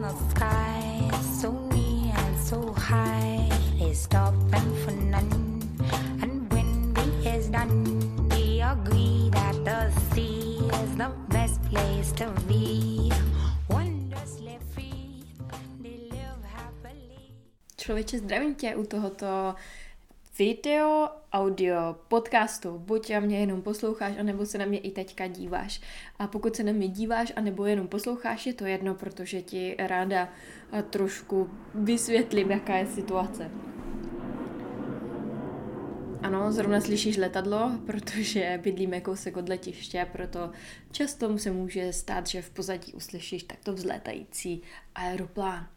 the sky so near and so high, they stop and for none. And when we is done, they agree that the sea is the best place to be. Wondrously free, they live happily. Člověče, zdravím tě u tohoto video, audio, podcastu. Buď mě jenom posloucháš, anebo se na mě i teďka díváš. A pokud se na mě díváš, anebo jenom posloucháš, je to jedno, protože ti ráda trošku vysvětlím, jaká je situace. Ano, zrovna slyšíš letadlo, protože bydlíme kousek od letiště, proto často se může stát, že v pozadí uslyšíš takto vzlétající aeroplán.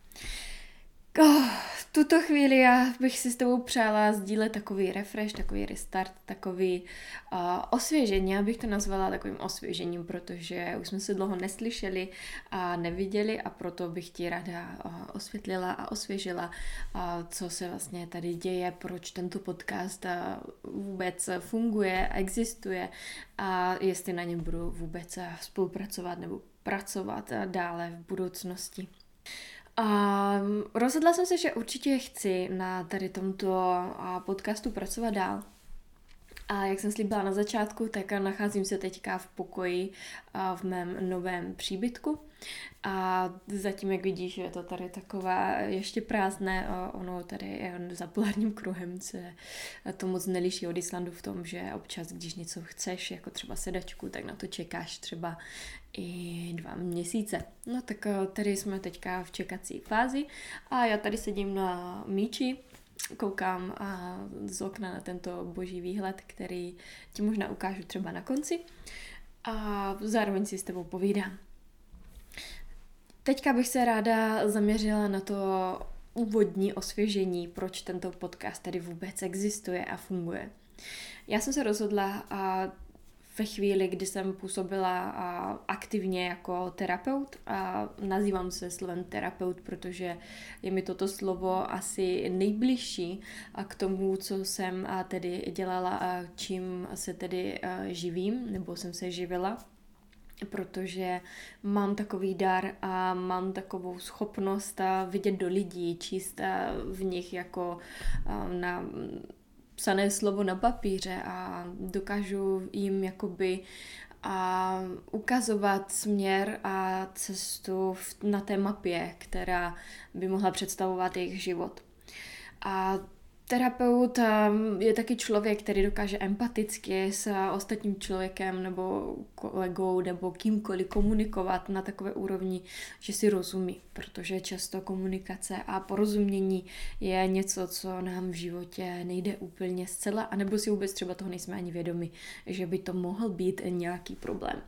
V tuto chvíli já bych si s tebou přála sdílet takový refresh, takový restart, takový osvěžení. Já bych to nazvala takovým osvěžením, protože už jsme se dlouho neslyšeli a neviděli a proto bych ti ráda osvětlila a osvěžila, co se vlastně tady děje, proč tento podcast vůbec funguje, existuje a jestli na něm budu vůbec spolupracovat nebo pracovat dále v budoucnosti. A rozhodla jsem se, že určitě chci na tady tomto podcastu pracovat dál. A jak jsem slíbila na začátku, tak nacházím se teďka v pokoji v mém novém příbytku. A zatím, jak vidíš, je to tady taková ještě prázdné, ono tady za polárním kruhem se to moc neliší od Islandu v tom, že občas, když něco chceš, jako třeba sedačku, tak na to čekáš třeba i 2 měsíce. No tak tady jsme teďka v čekací fázi a já tady sedím na míči, koukám z okna na tento boží výhled, který ti možná ukážu třeba na konci a zároveň si s tebou povídám. Teďka bych se ráda zaměřila na to úvodní osvěžení, proč tento podcast tady vůbec existuje a funguje. Já jsem se rozhodla ve chvíli, kdy jsem působila aktivně jako terapeut a nazývám se slovem terapeut, protože je mi toto slovo asi nejbližší k tomu, co jsem tedy dělala a čím se tedy živím, nebo jsem se živila, protože mám takový dar a mám takovou schopnost vidět do lidí, číst v nich jako na psané slovo na papíře a dokážu jim jakoby ukazovat směr a cestu na té mapě, která by mohla představovat jejich život. A terapeut je taky člověk, který dokáže empaticky s ostatním člověkem nebo kolegou nebo kýmkoliv komunikovat na takové úrovni, že si rozumí, protože často komunikace a porozumění je něco, co nám v životě nejde úplně zcela, anebo si vůbec třeba toho nejsme ani vědomi, že by to mohl být nějaký problém.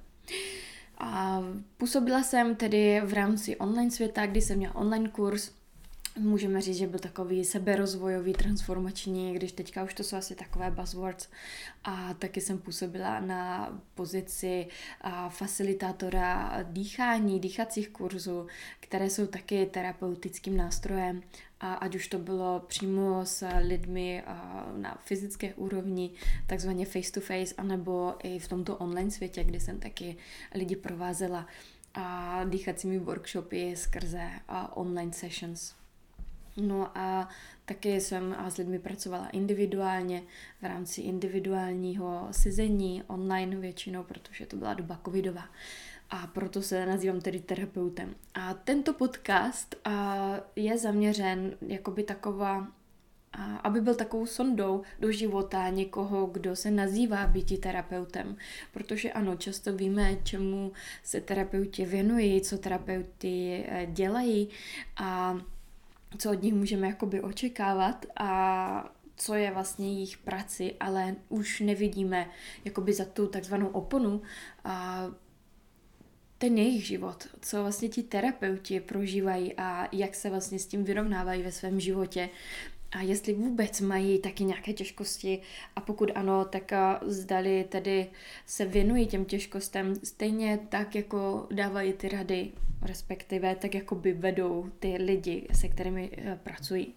A působila jsem tedy v rámci online světa, kdy jsem měla online kurz. Můžeme říct, že byl takový seberozvojový, transformační, když teďka už to jsou asi takové buzzwords. A taky jsem působila na pozici facilitátora dýchání, dýchacích kurzů, které jsou taky terapeutickým nástrojem. A ať už to bylo přímo s lidmi na fyzické úrovni, takzvaně face to face, anebo i v tomto online světě, kde jsem taky lidi provázela dýchacími workshopy skrze online sessions. No a taky jsem s lidmi pracovala individuálně v rámci individuálního sezení online většinou, protože to byla doba covidová. A proto se nazývám tedy terapeutem. A tento podcast je zaměřen jakoby taková, aby byl takovou sondou do života někoho, kdo se nazývá býti terapeutem. Protože ano, často víme, čemu se terapeuti věnují, co terapeuti dělají a co od nich můžeme jakoby očekávat a co je vlastně jejich práci, ale už nevidíme jakoby za tu takzvanou oponu a ten jejich život, co vlastně ti terapeuti prožívají a jak se vlastně s tím vyrovnávají ve svém životě a jestli vůbec mají taky nějaké těžkosti a pokud ano, tak zdali tedy se věnují těm těžkostem stejně tak, jako dávají ty rady, respektive tak, jako by vedou ty lidi, se kterými pracují.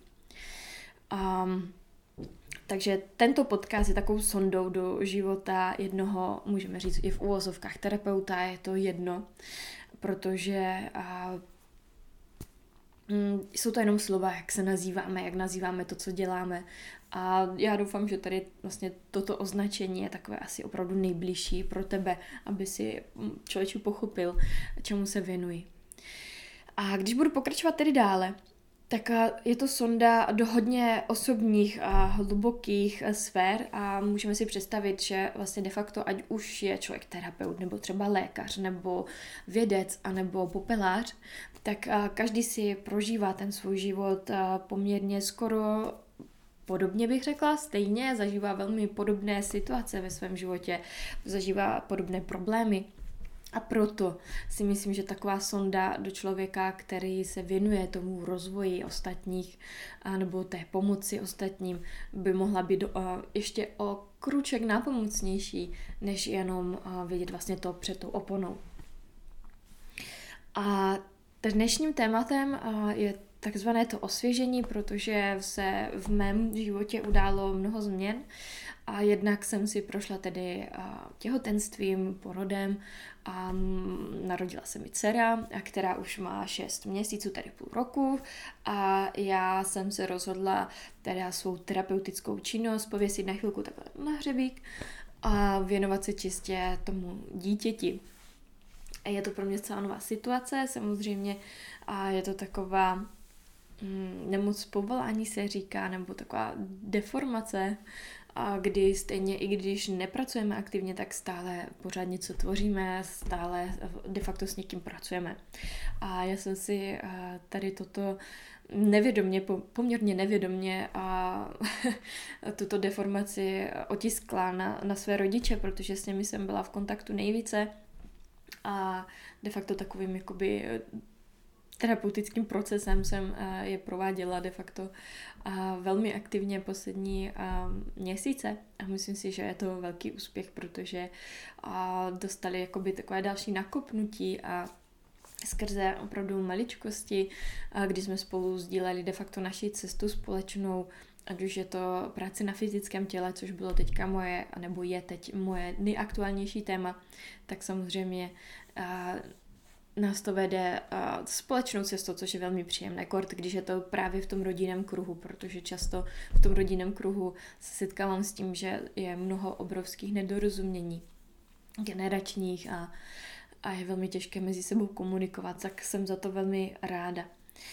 Takže tento podcast je takovou sondou do života jednoho, můžeme říct i v uvozovkách terapeuta, je to jedno, protože Jsou to jenom slova, jak se nazýváme, jak nazýváme to, co děláme. A já doufám, že tady vlastně toto označení je takové asi opravdu nejbližší pro tebe, aby si člověku pochopil, čemu se věnuji. A když budu pokračovat tedy dále, tak je to sonda do hodně osobních a hlubokých sfér a můžeme si představit, že vlastně de facto, ať už je člověk terapeut, nebo třeba lékař, nebo vědec, anebo popelář, tak každý si prožívá ten svůj život poměrně skoro podobně bych řekla, stejně, zažívá velmi podobné situace ve svém životě, zažívá podobné problémy. A proto si myslím, že taková sonda do člověka, který se věnuje tomu rozvoji ostatních nebo té pomoci ostatním, by mohla být ještě o kruček nápomocnější, než jenom vidět vlastně to před tou oponou. A dnešním tématem je takzvané to osvěžení, protože se v mém životě událo mnoho změn a jednak jsem si prošla tedy těhotenstvím, porodem a narodila se mi dcera, která už má 6 měsíců, tedy půl roku a já jsem se rozhodla teda svou terapeutickou činnost pověsit na chvilku takhle na hřebík a věnovat se čistě tomu dítěti. Je to pro mě celá nová situace, samozřejmě, a je to taková nemoc povolání se říká, nebo taková deformace, a kdy stejně, i když nepracujeme aktivně, tak stále pořád něco tvoříme, stále de facto s někým pracujeme. A já jsem si tady toto nevědomě, poměrně nevědomě a tuto deformaci otiskla na své rodiče, protože s nimi jsem byla v kontaktu nejvíce a de facto takovým jakoby terapeutickým procesem jsem je prováděla de facto velmi aktivně poslední měsíce a myslím si, že je to velký úspěch, protože dostali jakoby takové další nakopnutí a skrze opravdu maličkosti, kdy jsme spolu sdíleli de facto naši cestu společnou, ať už je to práce na fyzickém těle, což bylo teďka moje, nebo je teď moje nejaktuálnější téma, tak samozřejmě nás to vede společnou cestou, což je velmi příjemné, kort, když je to právě v tom rodinném kruhu, protože často v tom rodinném kruhu se setkávám s tím, že je mnoho obrovských nedorozumění generačních a je velmi těžké mezi sebou komunikovat, tak jsem za to velmi ráda.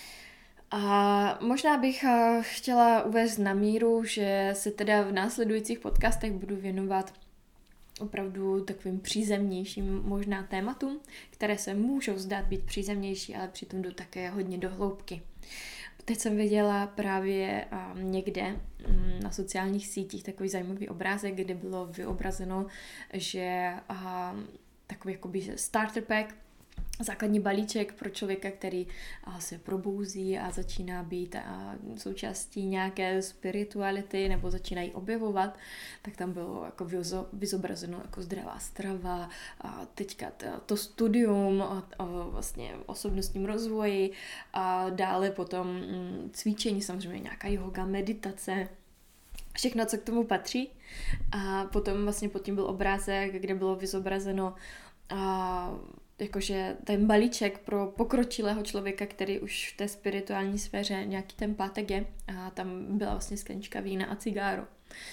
A možná bych chtěla uvést na míru, že se teda v následujících podcastech budu věnovat opravdu takovým přízemnějším možná tématům, které se můžou zdát být přízemnější, ale přitom jdu také hodně do hloubky. Teď jsem viděla právě někde na sociálních sítích takový zajímavý obrázek, kde bylo vyobrazeno, že takový jakoby starter pack, základní balíček pro člověka, který se probouzí a začíná být součástí nějaké spirituality nebo začínají objevovat, tak tam bylo jako vyzobrazeno jako zdravá strava a teďka to studium o vlastně osobnostním rozvoji a dále potom cvičení, samozřejmě nějaká yoga, meditace, všechno, co k tomu patří. A potom vlastně pod tím byl obrázek, kde bylo vyzobrazeno jakože ten balíček pro pokročilého člověka, který už v té spirituální sféře nějaký ten pátek je a tam byla vlastně sklenička vína a cigáro.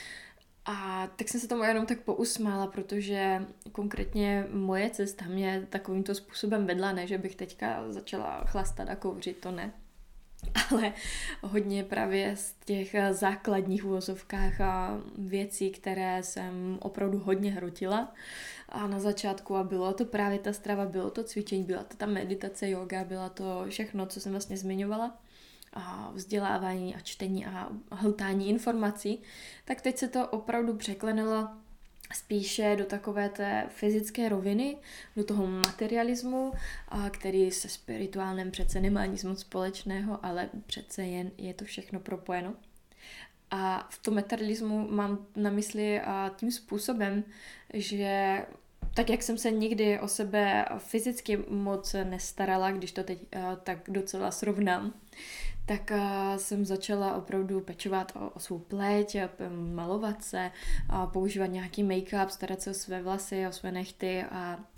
A tak jsem se tomu jenom tak pousmála, protože konkrétně moje cesta mě takovýmto způsobem vedla, ne, že bych teďka začala chlastat a kouřit, to ne. Ale hodně právě z těch základních uvozovkách a věcí, které jsem opravdu hodně hrotila a na začátku a bylo to právě ta strava, bylo to cvičení, byla to ta meditace, yoga, byla to všechno, co jsem vlastně zmiňovala a vzdělávání a čtení a hltání informací, tak teď se to opravdu překlenilo spíše do takové té fyzické roviny, do toho materialismu, který se spirituálním přece nemá nic moc společného, ale přece jen je to všechno propojeno. A v tom materialismu mám na mysli tím způsobem, že tak jak jsem se nikdy o sebe fyzicky moc nestarala, když to teď tak docela srovnám, tak jsem začala opravdu pečovat o svou pleť, malovat se, používat nějaký make-up, starat se o své vlasy, o své nehty a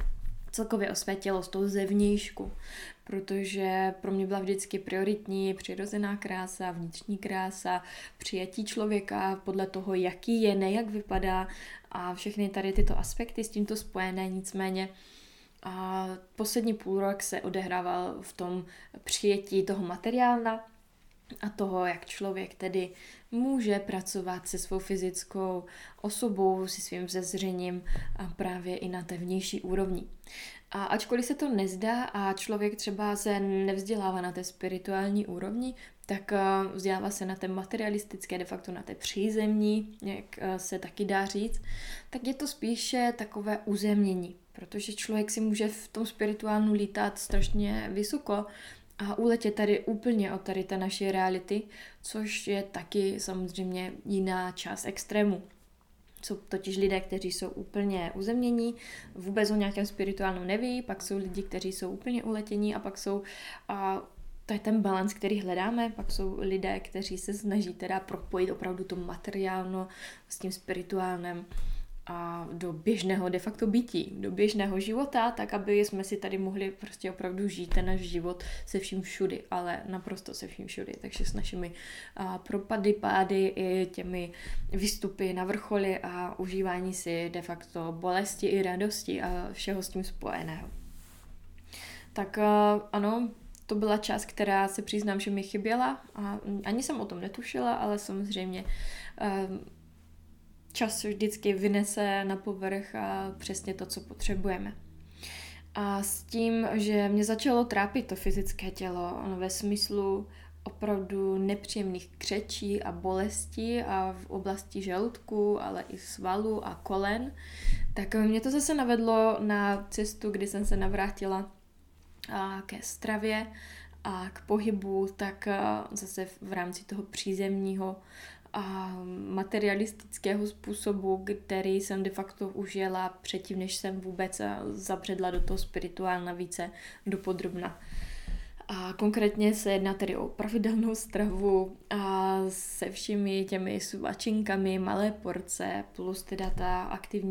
celkově o své tělo z toho zevnějšku, protože pro mě byla vždycky prioritní přirozená krása, vnitřní krása, přijetí člověka podle toho, jaký je, ne jak vypadá a všechny tady tyto aspekty s tímto spojené, nicméně a poslední půl rok se odehrával v tom přijetí toho materiálna a toho, jak člověk tedy může pracovat se svou fyzickou osobou, se svým vzezřením a právě i na té vnější úrovni. A ačkoliv se to nezdá a člověk třeba se nevzdělává na té spirituální úrovni, tak vzdělává se na té materialistické, de facto na té přízemní, jak se taky dá říct, tak je to spíše takové uzemnění, protože člověk si může v tom spirituálnu lítat strašně vysoko a uletět tady úplně od tady té naší reality, což je taky samozřejmě jiná část extrému. Jsou totiž lidé, kteří jsou úplně uzemnění, vůbec o nějakém spirituálnu neví, pak jsou lidi, kteří jsou úplně uletění a pak jsou, to je ten balans, který hledáme, pak jsou lidé, kteří se snaží teda propojit opravdu to materiálno s tím spirituálním a do běžného de facto bytí, do běžného života, tak aby jsme si tady mohli prostě opravdu žít ten náš život se vším všudy, ale naprosto se vším všudy, takže s našimi propady, pády i těmi výstupy na vrcholy a užívání si de facto bolesti i radosti a všeho s tím spojeného. Tak ano, to byla část, která se přiznám, že mi chyběla a ani jsem o tom netušila, ale samozřejmě čas vždycky vynese na povrch a přesně to, co potřebujeme. A s tím, že mě začalo trápit to fyzické tělo ve smyslu opravdu nepříjemných křečí a bolestí a v oblasti žaludku, ale i svalů a kolen, tak mě to zase navedlo na cestu, kdy jsem se navrátila ke stravě a k pohybu, tak zase v rámci toho přízemního a materialistického způsobu, který jsem de facto užila předtím, než jsem vůbec zabředla do toho spirituálna více dopodrobna. A konkrétně se jedná tedy o pravidelnou stravu a se všemi těmi svačinkami, malé porce, plus teda ta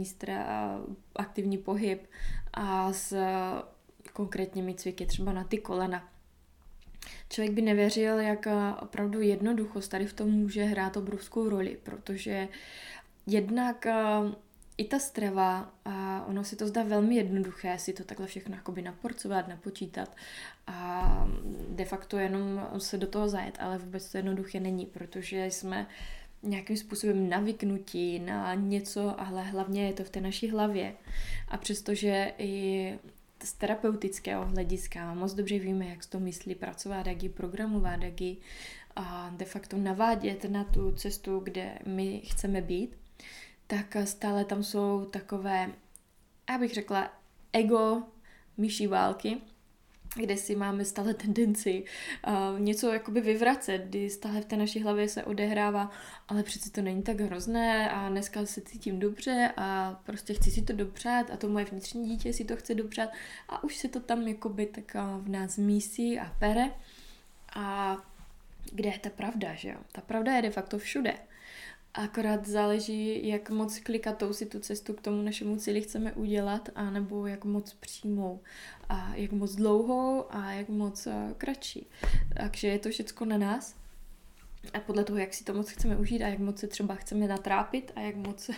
aktivní pohyb a s konkrétními cviky třeba na ty kolena. Člověk by nevěřil, jak opravdu jednoduchost tady v tom může hrát obrovskou roli, protože jednak i ta strava, ono si to zdá velmi jednoduché, si to takhle všechno jakoby naporcovat, napočítat a de facto jenom se do toho zajet, ale vůbec to jednoduché není, protože jsme nějakým způsobem navyknutí na něco, ale hlavně je to v té naší hlavě. A přestože i z terapeutického hlediska moc dobře víme, jak to myslí pracovat, jak ji programovat, jak ji de facto navádět na tu cestu, kde my chceme být, tak stále tam jsou takové, já bych řekla, ego myší války, kde si máme stále tendenci něco jakoby vyvracet, kdy stále v té naší hlavě se odehrává, ale přeci to není tak hrozné a dneska se cítím dobře a prostě chci si to dopřát a to moje vnitřní dítě si to chce dopřát a už se to tam jakoby tak v nás mísí a pere. A kde je ta pravda, že jo? Ta pravda je de facto všude. Akorát záleží, jak moc klikatou si tu cestu k tomu našemu cíli chceme udělat, anebo jak moc přímou, a jak moc dlouhou a jak moc kratší. Takže je to všecko na nás. A podle toho, jak si to moc chceme užít a jak moc se třeba chceme natrápit a jak moc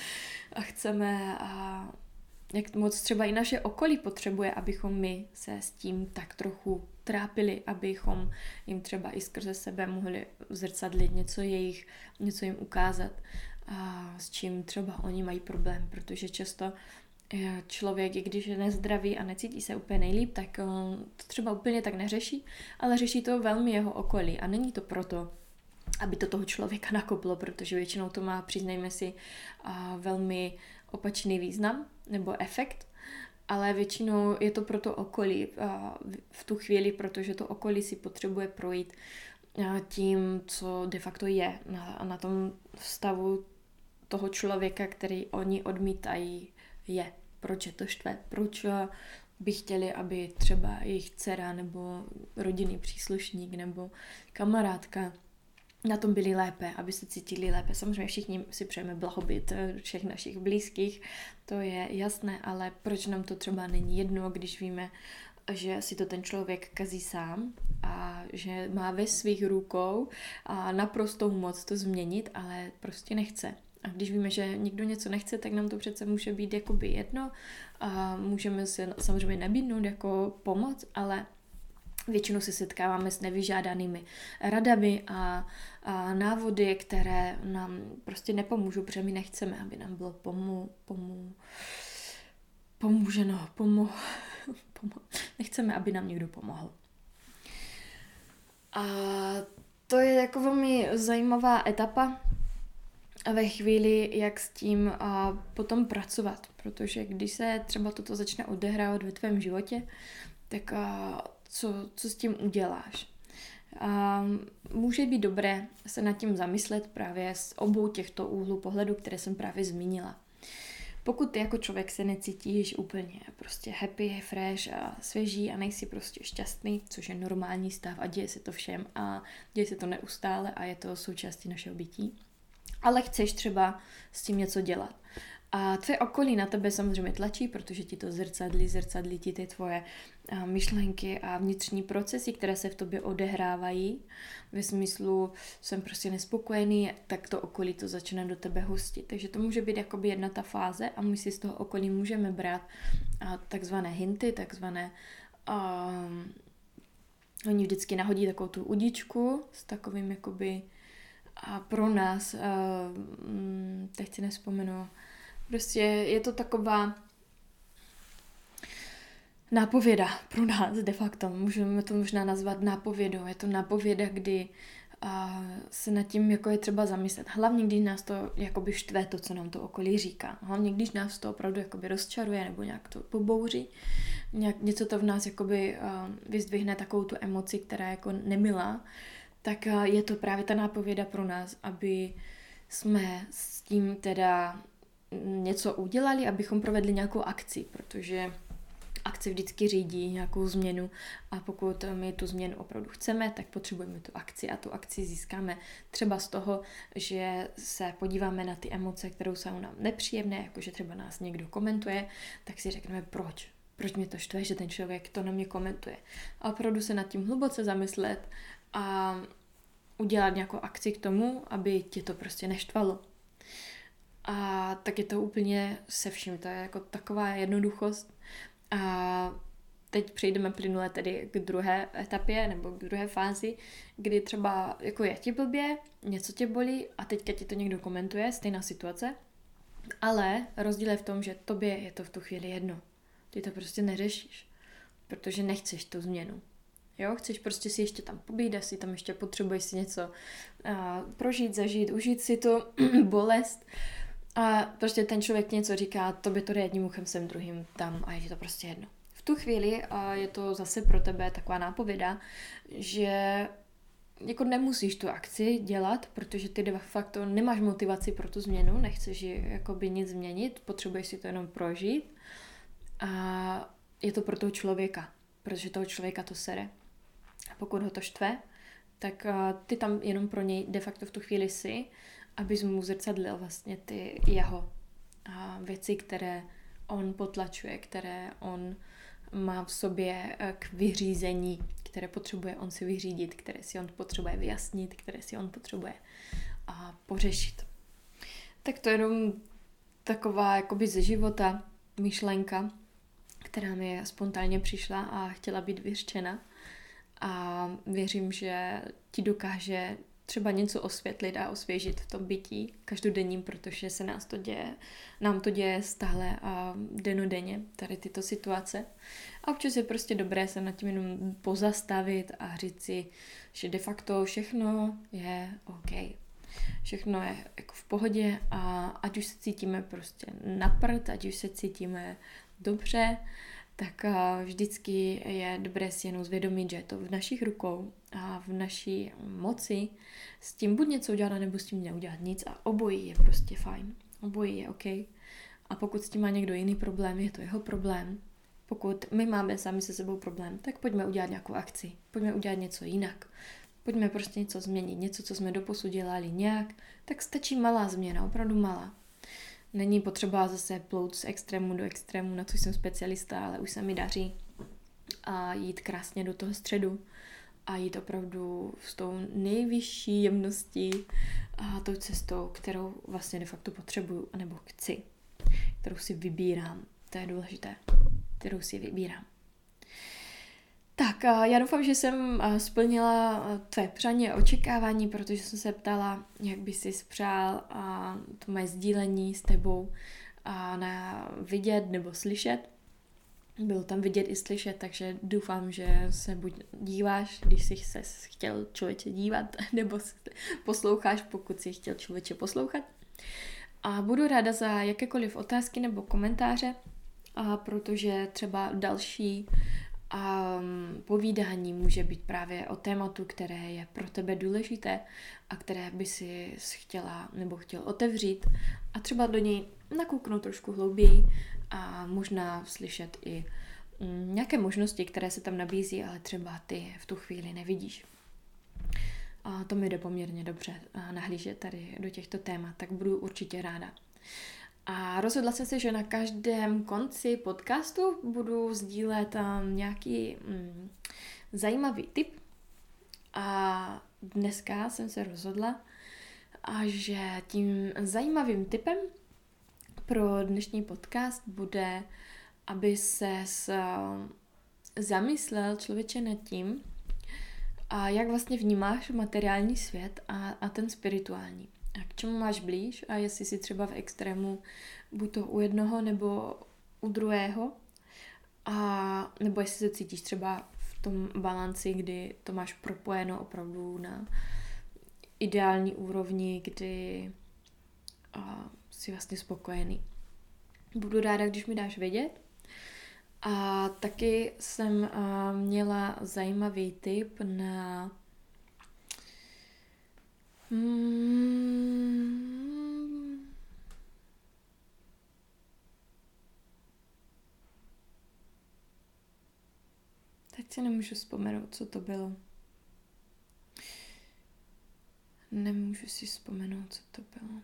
chceme jak moc třeba i naše okolí potřebuje, abychom my se s tím tak trochu trápili, abychom jim třeba i skrze sebe mohli zrcadlit něco jim ukázat, a s čím třeba oni mají problém, protože často člověk, i když je nezdravý a necítí se úplně nejlíp, tak to třeba úplně tak neřeší, ale řeší to velmi jeho okolí a není to proto, aby to toho člověka nakoplo, protože většinou to má, přiznejme si, velmi opačný význam nebo efekt, ale většinou je to pro to okolí v tu chvíli, protože to okolí si potřebuje projít tím, co de facto je na tom stavu toho člověka, který oni odmítají, je. Proč je to štve? Proč by chtěli, aby třeba jejich dcera nebo rodinný příslušník nebo kamarádka na tom byli lépe, aby se cítili lépe. Samozřejmě všichni si přejeme blahobyt všech našich blízkých, to je jasné, ale proč nám to třeba není jedno, když víme, že si to ten člověk kazí sám a že má ve svých rukou a naprostou moc to změnit, ale prostě nechce. A když víme, že někdo něco nechce, tak nám to přece může být jakoby jedno a můžeme se samozřejmě nabídnout jako pomoc, ale většinou se setkáváme s nevyžádanými radami a návody, které nám prostě nepomůžou, protože my nechceme, aby nám bylo pomůženo. Nechceme, aby nám někdo pomohl. A to je jako velmi zajímavá etapa ve chvíli, jak s tím potom pracovat, protože když se třeba toto začne odehrávat ve tvém životě, tak co s tím uděláš? Může být dobré se nad tím zamyslet právě z obou těchto úhlů pohledu, které jsem právě zmínila. Pokud ty jako člověk se necítíš úplně prostě happy, fresh a svěží a nejsi prostě šťastný, což je normální stav a děje se to všem a děje se to neustále a je to součástí našeho bytí, ale chceš třeba s tím něco dělat. A tvé okolí na tebe samozřejmě tlačí, protože ti to zrcadlí ti ty tvoje myšlenky a vnitřní procesy, které se v tobě odehrávají. Ve smyslu, jsem prostě nespokojený, tak to okolí to začne do tebe hustit. Takže to může být jakoby jedna ta fáze a my si z toho okolí můžeme brát takzvané hinty, takzvané oni vždycky nahodí takovou tu udičku s takovým jakoby pro nás, teď si nespomenu, prostě je to taková nápověda pro nás de facto. Můžeme to možná nazvat nápovědou. Je to nápověda, kdy se nad tím jako je třeba zamyslet. Hlavně, když nás to jakoby štve to, co nám to okolí říká. Hlavně, když nás to opravdu jakoby rozčaruje nebo nějak to pobouří. Něco to v nás jakoby vyzdvihne takovou tu emoci, která je jako nemilá. Tak je to právě ta nápověda pro nás, aby jsme s tím teda něco udělali, abychom provedli nějakou akci, protože akce vždycky řídí nějakou změnu a pokud my tu změnu opravdu chceme, tak potřebujeme tu akci a tu akci získáme třeba z toho, že se podíváme na ty emoce, které jsou nám nepříjemné, jakože třeba nás někdo komentuje, tak si řekneme proč mě to štve, že ten člověk to na mě komentuje. A opravdu se nad tím hluboce zamyslet a udělat nějakou akci k tomu, aby tě to prostě neštvalo. A tak je to úplně se vším, to je jako taková jednoduchost. A teď přejdeme plynule tedy k druhé etapě nebo k druhé fázi, kdy třeba jako je ti blbě, něco tě bolí a teďka ti to někdo komentuje, stejná situace, ale rozdíl je v tom, že tobě je to v tu chvíli jedno. Ty to prostě neřešíš, protože nechceš tu změnu. Jo, chceš prostě si ještě tam pobít, si tam ještě potřebuješ si něco prožít, zažít, užít si tu bolest a prostě ten člověk něco říká, tobě to jde jedním uchem, sem druhým tam a je to prostě jedno. V tu chvíli je to zase pro tebe taková nápověda, že jako nemusíš tu akci dělat, protože ty de facto nemáš motivaci pro tu změnu, nechceš jakoby nic změnit, potřebuješ si to jenom prožít a je to pro toho člověka, protože toho člověka to sere. A pokud ho to štve, tak ty tam jenom pro něj de facto v tu chvíli jsi, abys mu zrcadlil vlastně ty jeho věci, které on potlačuje, které on má v sobě k vyřízení, které potřebuje on si vyřídit, které si on potřebuje vyjasnit, které si on potřebuje pořešit. Tak to je jenom taková jakoby ze života myšlenka, která mi spontánně přišla a chtěla být vyřčena. A věřím, že ti dokáže třeba něco osvětlit a osvěžit v tom bytí každodenním, protože se nám to děje stále a dennodenně, tady tyto situace. A občas je prostě dobré se nad tím jenom pozastavit a říct si, že de facto všechno je OK. Všechno je jako v pohodě a ať už se cítíme prostě na prd, ať už se cítíme dobře, tak vždycky je dobré si jenom zvědomit, že je to v našich rukou a v naší moci s tím buď něco udělat, nebo s tím neudělat nic a obojí je prostě fajn. Obojí je OK. A pokud s tím má někdo jiný problém, je to jeho problém. Pokud my máme sami se sebou problém, tak pojďme udělat nějakou akci. Pojďme udělat něco jinak. Pojďme prostě něco změnit, něco, co jsme doposud dělali nějak, tak stačí malá změna, opravdu malá. Není potřeba zase plout z extrému do extrému, na co jsem specialista, ale už se mi daří a jít krásně do toho středu a jít opravdu s tou nejvyšší jemností a tou cestou, kterou vlastně de facto potřebuju, anebo chci, kterou si vybírám. To je důležité, kterou si vybírám. Tak, já doufám, že jsem splnila tvé přání a očekávání, protože jsem se ptala, jak by si přál to moje sdílení s tebou na vidět nebo slyšet. Bylo tam vidět i slyšet, takže doufám, že se buď díváš, když jsi se chtěl člověče dívat, nebo posloucháš, pokud jsi chtěl člověče poslouchat. A budu ráda za jakékoliv otázky nebo komentáře, protože třeba další povídání může být právě o tématu, které je pro tebe důležité a které by si chtěla nebo chtěl otevřít a třeba do něj nakouknout trošku hlouběji a možná slyšet i nějaké možnosti, které se tam nabízí, ale třeba ty v tu chvíli nevidíš. A to mi jde poměrně dobře nahlížet tady do těchto témat, tak budu určitě ráda. A rozhodla jsem se, že na každém konci podcastu budu sdílet nějaký zajímavý tip. A dneska jsem se rozhodla, že tím zajímavým tipem pro dnešní podcast bude, aby ses zamyslel člověče nad tím, jak vlastně vnímáš materiální svět a ten spirituální. A k čemu máš blíž a jestli si třeba v extrému buď to u jednoho nebo u druhého nebo jestli se cítíš třeba v tom balanci, kdy to máš propojeno opravdu na ideální úrovni, kdy jsi vlastně spokojený. Budu ráda, když mi dáš vědět. A taky jsem měla zajímavý tip na teď si nemůžu vzpomenout, co to bylo. Nemůžu si vzpomenout, co to bylo.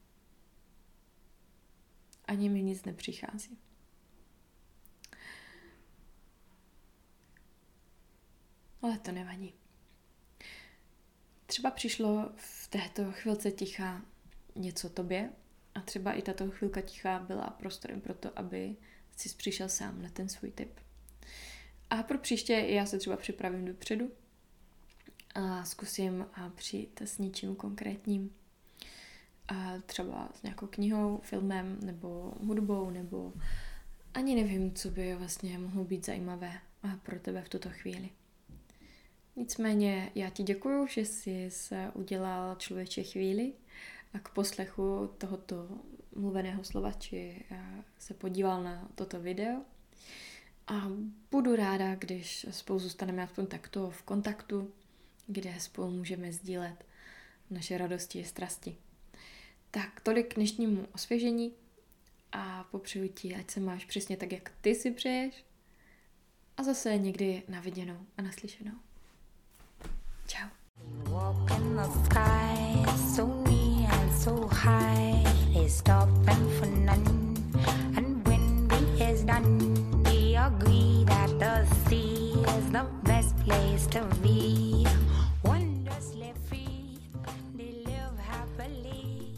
Ani mi nic nepřichází. Ale to nevadí. Třeba přišlo v této chvilce ticha něco tobě a třeba i tato chvilka ticha byla prostorem pro to, aby jsi přišel sám na ten svůj tip. A pro příště já se třeba připravím dopředu a zkusím přijít s něčím konkrétním. A třeba s nějakou knihou, filmem nebo hudbou, nebo ani nevím, co by vlastně mohlo být zajímavé pro tebe v tuto chvíli. Nicméně já ti děkuju, že jsi se udělal člověče chvíli a k poslechu tohoto mluveného slova, či se podíval na toto video. A budu ráda, když spolu zůstaneme aspoň takto v kontaktu, kde spolu můžeme sdílet naše radosti a strasti. Tak tolik k dnešnímu osvěžení a popřeju ti, ať se máš přesně tak, jak ty si přeješ. A zase někdy na viděnou a naslyšenou. Čau. Walk in the sky, so near and so high, they stop and for